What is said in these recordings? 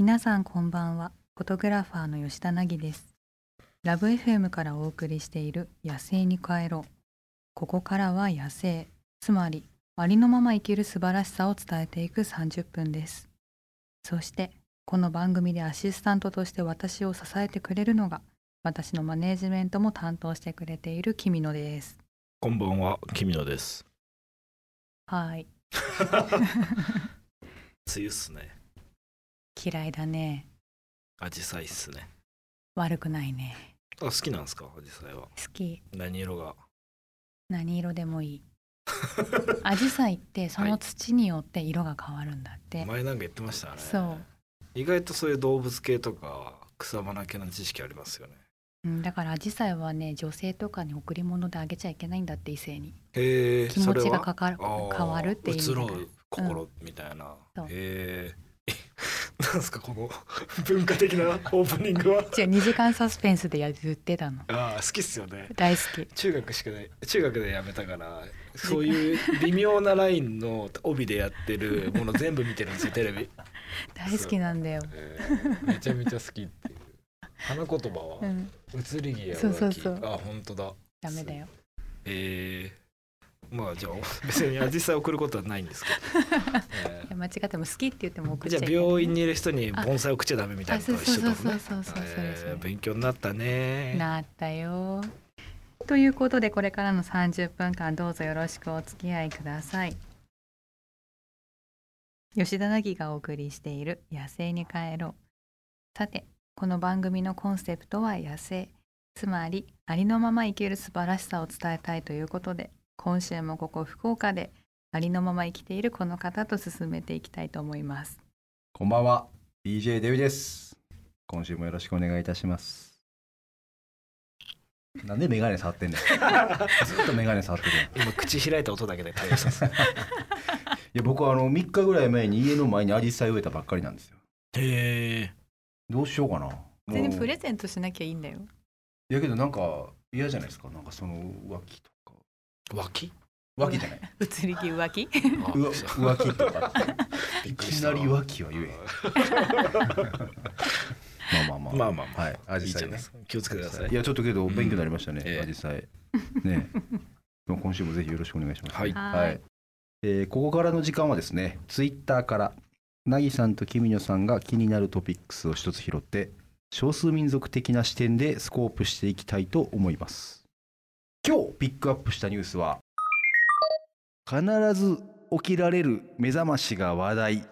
皆さんこんばんは。フォトグラファーの吉田凪です。ラブ FM からお送りしている野生に帰ろう。ここからは野生、つまりありのまま生きる素晴らしさを伝えていく30分です。そしてこの番組でアシスタントとして私を支えてくれるのが、私のマネージメントも担当してくれているキミノです。 こんばんは、キミノです。 はい。 梅雨っすね。 嫌いだね。 アジサイっすね。 悪くないね。 好きなんですか、アジサイは。 好き。 何色が？ 何色でもいい。アジサイってその土によって色が変わるんだって、 前なんか言ってましたね。 そう。 意外とそういう動物系とか草花系の知識ありますよね。 だからアジサイはね、女性とかに贈り物であげちゃいけないんだって、異性に。 へえ。 気持ちが変わるっていう意味だから。 移ろう心みたいな。 そう。 へえ。なんですかこの文化的なオープニングは。 2時間サスペンスで言ってたの。 好きっすよね。 大好き。 中学でやめたから、そういう微妙なラインの帯でやってるもの全部見てるんですよテレビ。 大好きなんだよ。 めちゃめちゃ好きっていう。花言葉は、移り気や浮気。本当だ。 ダメだよ。 まあじゃあ別にアジサイ送ることはないんですけど、間違っても好きって言っても送っちゃいけない。 じゃあ病院にいる人に盆栽送っちゃダメみたいなのと一緒だもんね。 そう勉強になったね。 なったよ。ということで、これからの30分間どうぞよろしくお付き合いください。吉田凪がお送りしている野生に帰ろう。さて、この番組のコンセプトは野生、つまりありのまま生きる素晴らしさを伝えたいということで、今週もここ福岡でありのまま生きているこの方と進めていきたいと思います。 こんばんは、DJ デビです。今週もよろしくお願いいたします。なんでメガネ触ってんねん。ずっとメガネ触ってる。 今口開いた音だけで対応したんです。 いや、僕は3日ぐらい前に家の前にアジサイ植えたばっかりなんですよ。 へえ。 どうしようかな。 全然プレゼントしなきゃいいんだよ。 いやけどなんか嫌じゃないですか。なんかその浮気とか。 浮気じゃない。 移り気浮気浮気とか。いきなり浮気は言え。まあはい。アジサイね。 気をつけてください。 いやちょっとけど勉強になりましたね。アジサイ。ね。今週もぜひよろしくお願いします。 はい。 ここからの時間はですね、ツイッターから凪さんとキミノさんが気になるトピックスを一つ拾って少数民族的な視点でスコープしていきたいと思います。今日ピックアップしたニュースは、必ず起きられる目覚ましが話題、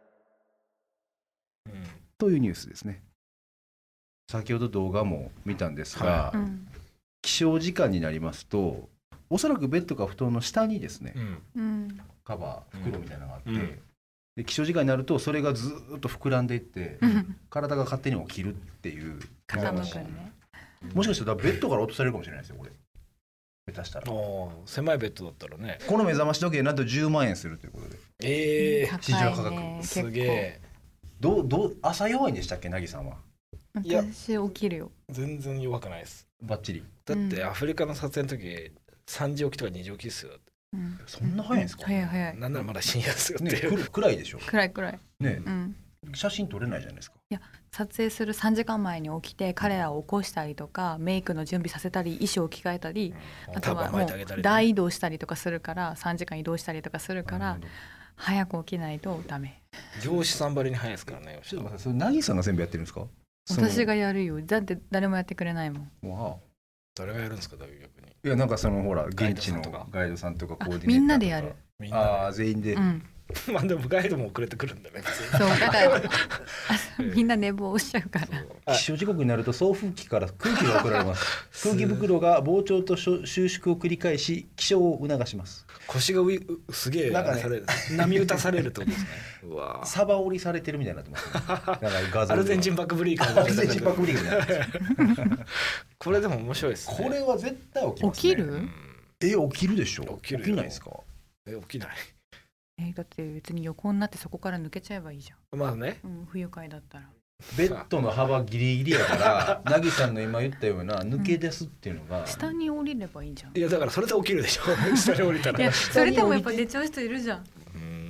というニュースですね。先ほど動画も見たんですが、起床時間になりますとおそらくベッドか布団の下にですね、カバー袋みたいなのがあって、で起床時間になるとそれがずっと膨らんでいって、体が勝手に起きるっていう傾くね。 もしかしたらベッドから落とされるかもしれないですよ、これ。下手したら。 狭いベッドだったらね。 この目覚まし時計なんと10万円するということで。市場価格。 すげえ。 朝弱いんでしたっけ、凪さんは。 私起きるよ。 全然弱くないです。 バッチリ。 だってアフリカの撮影の時3時起きとか2時起きですよ。 そんな早いんですか？ 早い。 なんならまだ深夜ですよっていう。 暗いでしょ。 暗い。 ね、写真撮れないじゃないですか。 いや、撮影する3時間前に起きて彼らを起こしたりとか、メイクの準備させたり、衣装を着替えたり、あとはもう大移動したりとかするから、3時間移動したりとかするから早く起きないとダメ。 漁師さんばりに早いですからね。 ちょっと待って、それ凪さんが全部やってるんですか？ 私がやるよ。だって誰もやってくれないもん。 わあ。 誰がやるんですか、逆に。 いや、なんかほら現地のガイドさんとかコーディネーターとかみんなでやる。 全員で。 まあでもガイドも遅れてくるんだね。 そうだからみんな寝坊しちゃうから。 起床時刻になると送風機から空気が送られます。空気袋が膨張と収縮を繰り返し起床を促します。 腰がすげえ波打たされるってことですね。うわ。 サバ折りされてるみたいになってます、ね。だから画像アルゼンチンバックブリーカー。 アルゼンチンバックブリーカーこれでも面白いですね。 これは絶対起きますね。 起きる？ 起きるでしょ。起きないですか？ 起きない。 だって別に横になってそこから抜けちゃえばいいじゃん。 まあね。 不愉快だったら。 ベッドの幅ギリギリやから凪さんの今言ったような抜け出すっていうのが、 下に降りればいいじゃん。 いやだからそれで起きるでしょ。下に降りたら。 いやそれでもやっぱ寝ちゃう人いるじゃん。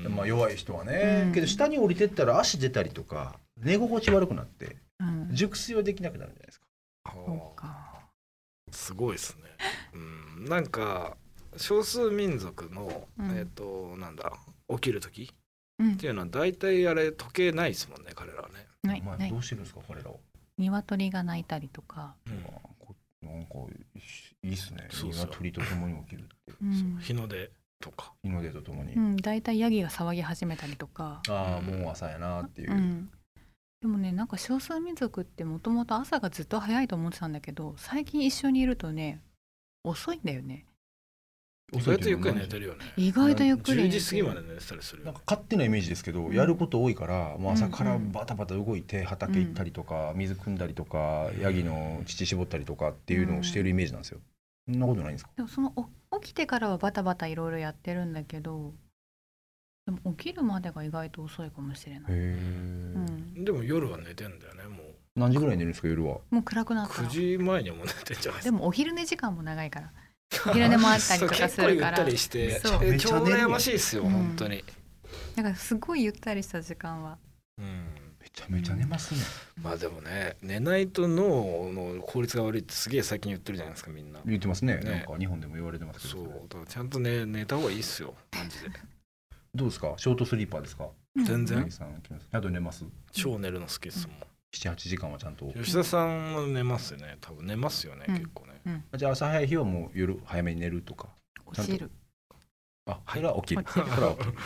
まあ弱い人はね、けど下に降りてったら足出たりとか寝心地悪くなって熟睡はできなくなるんじゃないですか。 そうか。 すごいですね。なんか少数民族の、なんだ起きる時っていうのは大体あれ時計ないですもんね、彼らはね。 ないどうしてるんですか彼らは。 鶏が鳴いたりとか、 なんかいいっすね。 そうそう鶏と共に起きるって、 日の出とか日の出とともに、 だいたいヤギが騒ぎ始めたりとか。 ああもう朝やなっていう、 でもね、なんか少数民族ってもともと朝がずっと早いと思ってたんだけど、最近一緒にいるとね遅いんだよね。 意外とゆっくり寝てるよね。 意外とゆっくり寝てる。 10時過ぎまで寝てたりするよ。 なんか勝手なイメージですけど、やること多いから、もう朝からバタバタ動いて畑行ったりとか、水汲んだりとかヤギの乳搾ったりとかっていうのをしてるイメージなんですよ。そんなことないんですか。 でもその起きてからはバタバタいろいろやってるんだけど、でも起きるまでが意外と遅いかもしれない。 でも夜は寝てんだよね。もう何時ぐらい寝るんですか夜は。 もう暗くなったら 9時前にはもう寝てんじゃないですか。 でもお昼寝時間も長いからお昼寝もあったりとかするから。 結構ゆったりして超めちゃ寝るやん羨ましいですよ、本当に。 だからすごいゆったりした時間は、 めちゃめちゃ寝ますね。 まあでもね、寝ないと脳の効率が悪いってすげえ最近言ってるじゃないですか、みんな。 言ってますね。なんか日本でも言われてますけど。 そうだからちゃんと寝た方がいいっすよ、マジで。 どうですか、ショートスリーパーですか。 全然ちゃんと寝ます。 超寝るの好きですもん。 7、8時間はちゃんと。 吉田さんは寝ますよね。多分寝ますよね、結構ね。 じゃあ朝早い日はもう夜早めに寝るとか。 起きる。 それは起きる。それは起きる。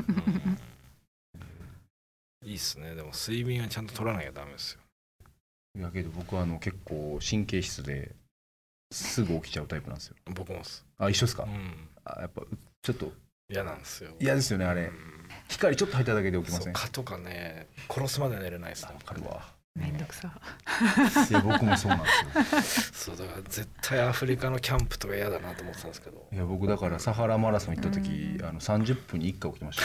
いいっすね。でも睡眠はちゃんと取らなきゃダメですよ。 いやけど僕は結構神経質ですぐ起きちゃうタイプなんですよ。 僕もです。 一緒ですか。やっぱちょっと嫌なんですよ。 嫌ですよねあれ。光ちょっと入っただけで起きません。 蚊とかね、殺すまで寝れないですね。 わかるわ。 めんどくさ。 いや僕もそうなんですよ。そうだから絶対アフリカのキャンプとか嫌だなと思ってたんですけど。 いや僕だからサハラマラソン行った時30分に1回起きてました。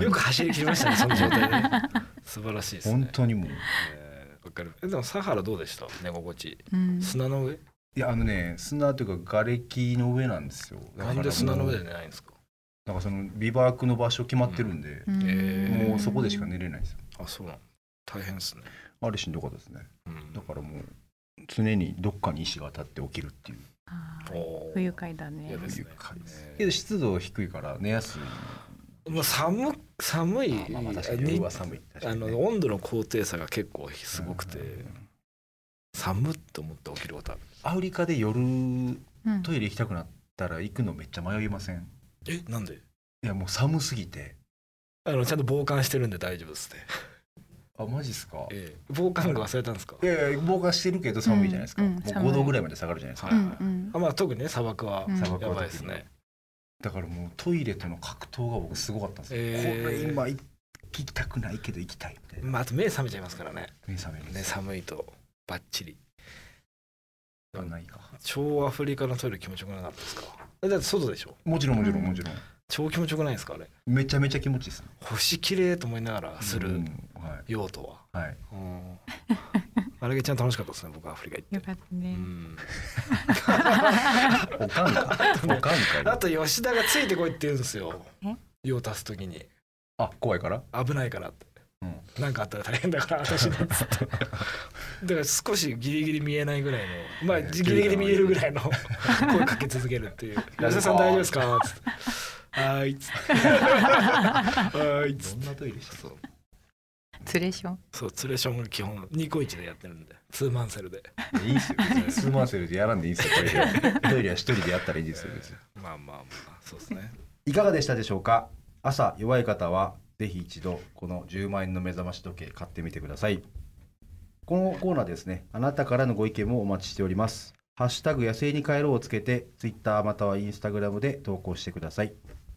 よく走り切りましたねその状態で。素晴らしいですね。 本当にもう。 わかる。でもサハラどうでした？寝心地。砂の上？ いや砂というか瓦礫の上なんですよ。 なんで砂の上で寝ないんですか？ なんかそのビバークの場所決まってるんで、もうそこでしか寝れないですよ。 あ、そうなの。大変ですね。 あれしんどかったですね。だからもう常にどっかに石が当たって起きるっていう。 不愉快だね。 不愉快です。けど湿度低いから寝やすい。 まあ寒い。 確かに夜は寒い。 温度の高低差が結構すごくて寒っと思って起きることある。 アフリカで夜トイレ行きたくなったら行くのめっちゃ迷いません？ なんで？ いやもう寒すぎて。 ちゃんと防寒してるんで大丈夫ですね。 マジっすか。 防寒具忘れたんですか？ いや防寒してるけど寒いじゃないですか。もう5度ぐらいまで下がるじゃないですか。 まあ特にね砂漠はやばいですね。 だからもうトイレとの格闘が僕すごかったんですよ。これ今行きたくないけど行きたいみたいな。 あと目覚めちゃいますからね。 目覚めるね。 寒いとバッチリ。 ないか。 超アフリカのトイレ気持ちよくなかったですか？だって外でしょ？ もちろん。 超気持ちよくないですかあれ？ めちゃめちゃ気持ちいいですね。 星綺麗と思いながらする用途は。あれが一番楽しかったですね僕アフリカ行って。 よかったね。 おかんか。 あと吉田がついてこいって言うんですよ。用足す時に。 怖いから？ 危ないからって。なんかあったら大変だから私だっつって。だから少しギリギリ見えないぐらいの、まあギリギリ見えるぐらいの声かけ続けるっていう。吉田さん大丈夫ですか？つって。はい。 どんなトイレした？ ツレション。 そうツレションが基本ニコイチでやってるんでツーマンセルで。 いいっすよ。ツーマンセルでやらんでいいっすよ。トイレは一人でやったらいいですよ。 まあそうですね。 いかがでしたでしょうか。朝弱い方はぜひ一度この10万円の目覚まし時計買ってみてください。このコーナーですね、あなたからのご意見もお待ちしております。ハッシュタグ野生に帰ろうをつけて Twitter または Instagram で投稿してください。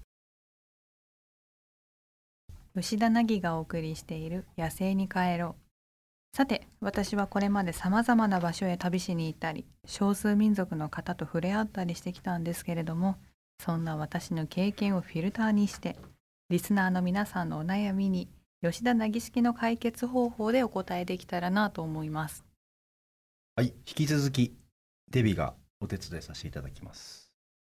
吉田凪がお送りしている野生に帰ろう。さて、私はこれまでさまざまな場所へ旅しに行ったり、少数民族の方と触れ合ったりしてきたんですけれども、そんな私の経験をフィルターにしてリスナーの皆さんのお悩みに吉田凪式の解決方法でお答えできたらなと思います。 はい、引き続きデビがお手伝いさせていただきます。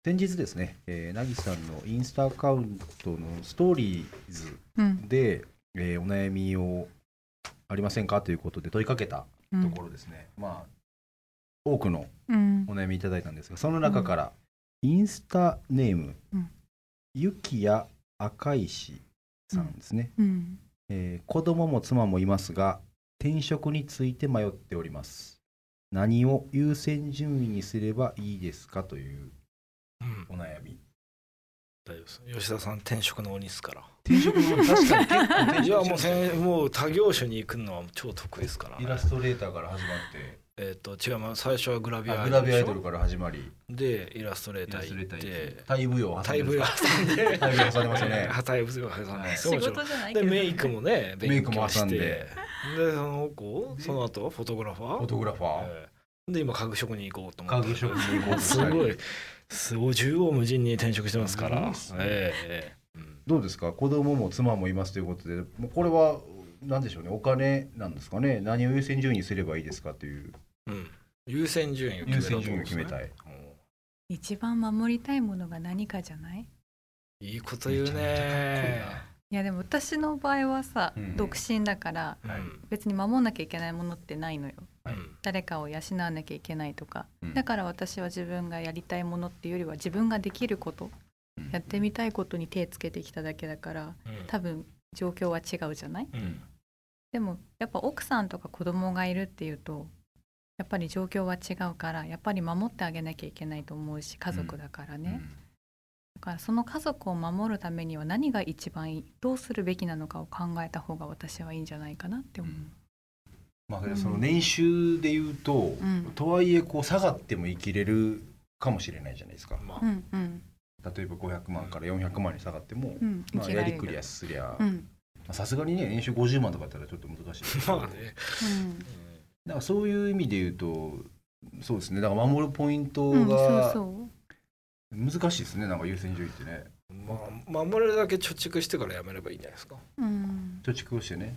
先日ですね、なぎさんのインスタアカウントのストーリーズで、お悩みをありませんかということで問いかけたところですね、まあ多くのお悩みいただいたんですが、その中からインスタネーム、ゆきや赤石さんですね、子供も妻もいますが転職について迷っております。何を優先順位にすればいいですかというお悩み。 大丈夫です。吉田さん転職の鬼ですから。 転職の鬼、確かに結構転職いやもう他業種に行くのは超得意ですからね。 イラストレーターから始まって違う、最初はグラビアアイドルから始まりでイラストレーター行ってタイ舞踊を挟んでますよね。 タイ舞踊を挟んで仕事じゃないけど、 でメイクもね勉強して、 でその後フォトグラファー、で今家具職に行こうと思って、 家具職に行こうとすごい縦横無尽に転職してますから。 どうですか、子供も妻もいますということで、もうこれは何でしょうね、お金なんですかね、何を優先順位にすればいいですかという、 優先順位を決めたい。 一番守りたいものが何かじゃない？ いいこと言うね。 いやでも私の場合はさ、独身だから、別に守んなきゃいけないものってないのよ、誰かを養わなきゃいけないとか、だから私は自分がやりたいものっていうよりは自分ができること、やってみたいことに手つけてきただけだから、多分状況は違うじゃない、でもやっぱ奥さんとか子供がいるっていうとやっぱり状況は違うから、やっぱり守ってあげなきゃいけないと思うし、家族だからね、だからその家族を守るためには何が一番いい、どうするべきなのかを考えた方が私はいいんじゃないかなって思う。 まあ、その年収でいうと、とはいえこう下がっても生きれるかもしれないじゃないですか、例えば500万から400万に下がっても、まあ、やりくりやすりゃさすがにね年収50万とかだったらちょっと難しいですけど、だからそういう意味で言うとそうですね、だから守るポイントが難しいですね、なんか優先順位ってね。 まあ守れるだけ貯蓄してからやめればいいんじゃないですか。 貯蓄をしてね、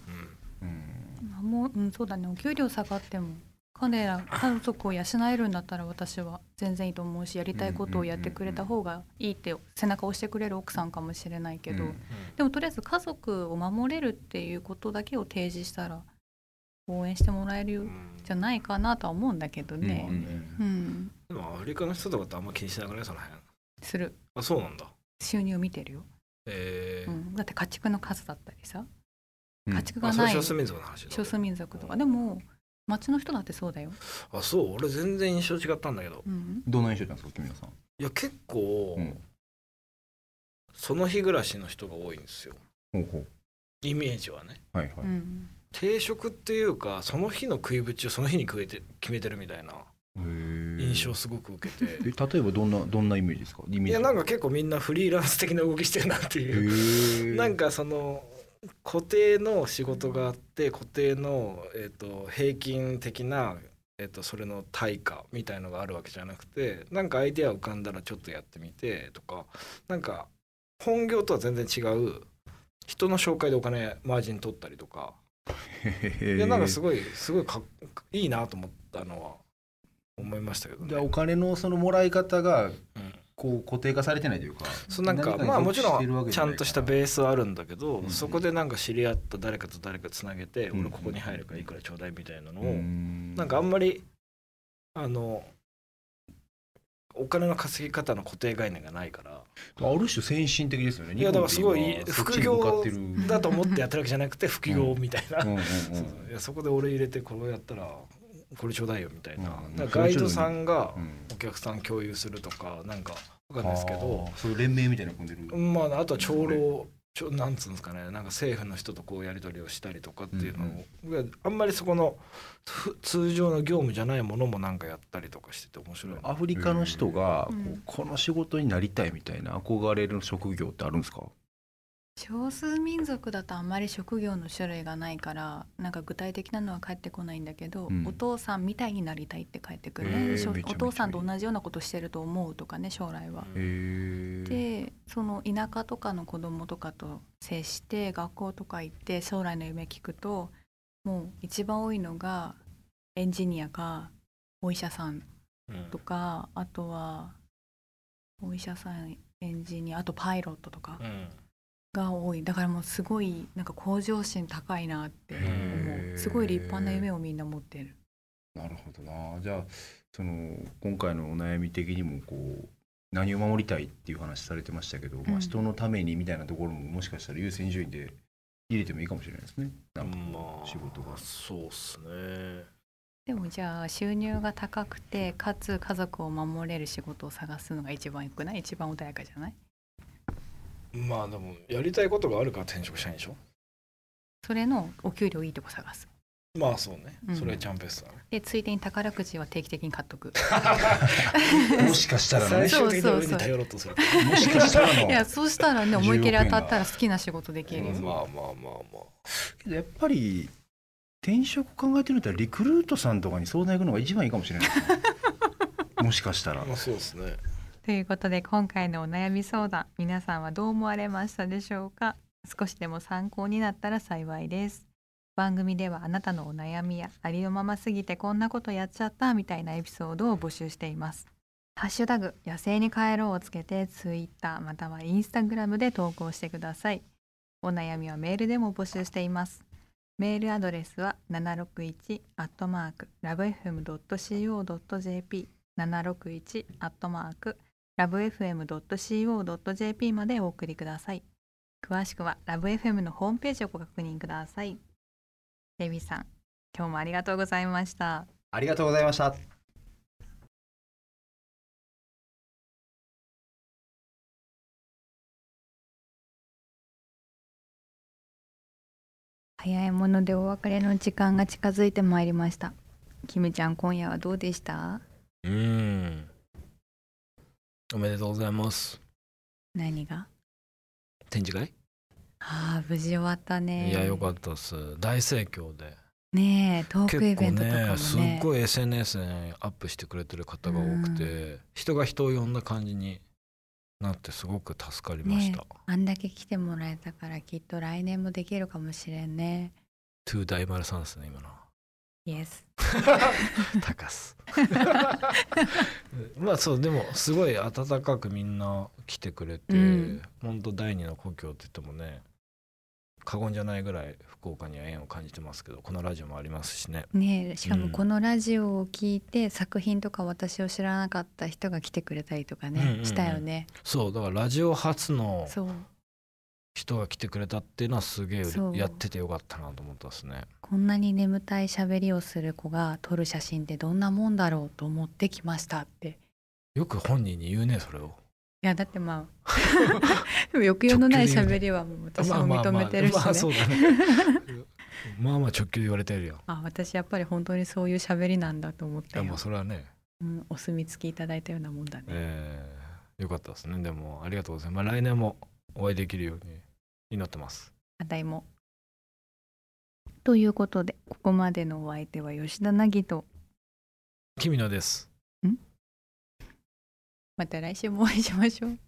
そうだね、お給料下がっても彼ら家族を養えるんだったら私は全然いいと思うし、やりたいことをやってくれた方がいいって背中を押してくれる奥さんかもしれないけど、でもとりあえず家族を守れるっていうことだけを提示したら応援してもらえるじゃないかなとは思うんだけどね。 でもアフリカの人とかってあんま気にしなくない？その辺する。 あ、そうなんだ。 収入を見てるよ。だって家畜の数だったりさ、家畜がない少数民族の話だ。 少数民族とかでも町の人だってそうだよ。 あ、そう。俺全然印象違ったんだけど。 どんな印象なんですか、君野さん。 いや結構、その日暮らしの人が多いんですよ。イメージはね。定食っていうかその日の食いぶちをその日に決めてるみたいな印象すごく受けて。 例えばどんなイメージですか？ いやなんか結構みんなフリーランス的な動きしてるなっていう。なんかその固定の仕事があって固定の、平均的な、それの対価みたいのがあるわけじゃなくて、なんかアイデア浮かんだらちょっとやってみてとか、なんか本業とは全然違う人の紹介でお金マージン取ったりとか、いやなんかすごいいいなと思ったのは思いましたけどね。 じゃあお金のそのもらい方がこう固定化されてないというか、 なんかまあもちろんちゃんとしたベースはあるんだけど、そこでなんか知り合った誰かと誰かつなげて、俺ここに入るからいくらちょうだいみたいなのを、なんかあんまりお金の稼ぎ方の固定概念がないから、 ある種先進的ですよね。 いやだからすごい副業だと思ってやってるわけじゃなくて副業みたいな、そこで俺入れてこれやったらこれちょうだいよみたいな、ガイドさんがお客さん共有するとかなんかわかんないですけど、 そういう連盟みたいなの組んでる。 まああとは長老なんつうんですかね、なんか政府の人とこうやり取りをしたりとかっていうのを、あんまりそこの通常の業務じゃないものもなんかやったりとかしてて面白い。 アフリカの人がこの仕事になりたいみたいな憧れる職業ってあるんですか？ 少数民族だとあんまり職業の種類がないからなんか具体的なのは返ってこないんだけど、お父さんみたいになりたいって返ってくる、お父さんと同じようなことしてると思うとかね、将来は。でその田舎とかの子供とかと接して学校とか行って将来の夢聞くと、もう一番多いのがエンジニアかお医者さんとか、あとはお医者さん、エンジニア、あとパイロットとかうんが多い。だからもうすごいなんか向上心高いなって思う。すごい立派な夢をみんな持ってる。 なるほどな。じゃあ今回のお悩み的にも何を守りたいっていう話されてましたけど、人のためにみたいなところももしかしたら優先順位で入れてもいいかもしれないですね。なんか仕事が、 そうっすね。 でもじゃあ収入が高くてかつ家族を守れる仕事を探すのが一番よくない？一番穏やかじゃない？ まあでもやりたいことがあるから転職したいんでしょ。 それのお給料いいとこ探す。 まあそうね、それはチャンペスだね。 でついでに宝くじは定期的に買っとく。 もしかしたらね。 最終的に俺に頼ろうとする。 もしかしたらのいやそうしたらね、思いっきり当たったら好きな仕事できるよ。 まあけどやっぱり転職考えてるんだったらリクルートさんとかに相談行くのが一番いいかもしれないですね。もしかしたら。 まあそうですね。 ということで今回のお悩み相談、皆さんはどう思われましたでしょうか？少しでも参考になったら幸いです。番組ではあなたのお悩みやありのまますぎてこんなことやっちゃったみたいなエピソードを募集しています。ハッシュタグ野生に帰ろうをつけてツイッターまたはインスタグラムで投稿してください。お悩みはメールでも募集しています。メールアドレスは 761@lovefm.co.jp761@lovefm.co.jp までお送りください。詳しくはラブ FM のホームページをご確認ください。デビさん、今日もありがとうございました。 ありがとうございました。 早いものでお別れの時間が近づいてまいりました。キムちゃん、今夜はどうでした？ おめでとうございます。 何が？ 展示会？ 無事終わったね。 いやよかったです。大盛況でねえ、トークイベントとかもね、 すっごい SNS でアップしてくれてる方が多くて、人が人を呼んだ感じになってすごく助かりました、 あんだけ来てもらえたからきっと来年もできるかもしれんね。 トゥー大丸さんですね今の。 イエス。 高す。まあそう、でもすごい温かくみんな来てくれて、本当第二の故郷って言ってもね過言じゃないぐらい福岡には縁を感じてますけど、このラジオもありますしね。 しかもこのラジオを聞いて、作品とか私を知らなかった人が来てくれたりとかね、したよね。 そうだからラジオ初の人が来てくれたっていうのはすげえやっててよかったなと思ったですね。 こんなに眠たい喋りをする子が撮る写真ってどんなもんだろうと思ってきましたって。 よく本人に言うねそれを。 いやだってまあ抑揚のない喋りはもう私も認めてるしね。 まあそうだね。まあまあ直球言われてるよ。 私やっぱり本当にそういう喋りなんだと思ったよ。 いやもうそれはね、 お墨付きいただいたようなもんだね。 よかったですね。でもありがとうございます。来年もお会いできるように祈ってます。 あたいも。ということでここまでのお相手は吉田凪と君野です。 また来週もお会いしましょう。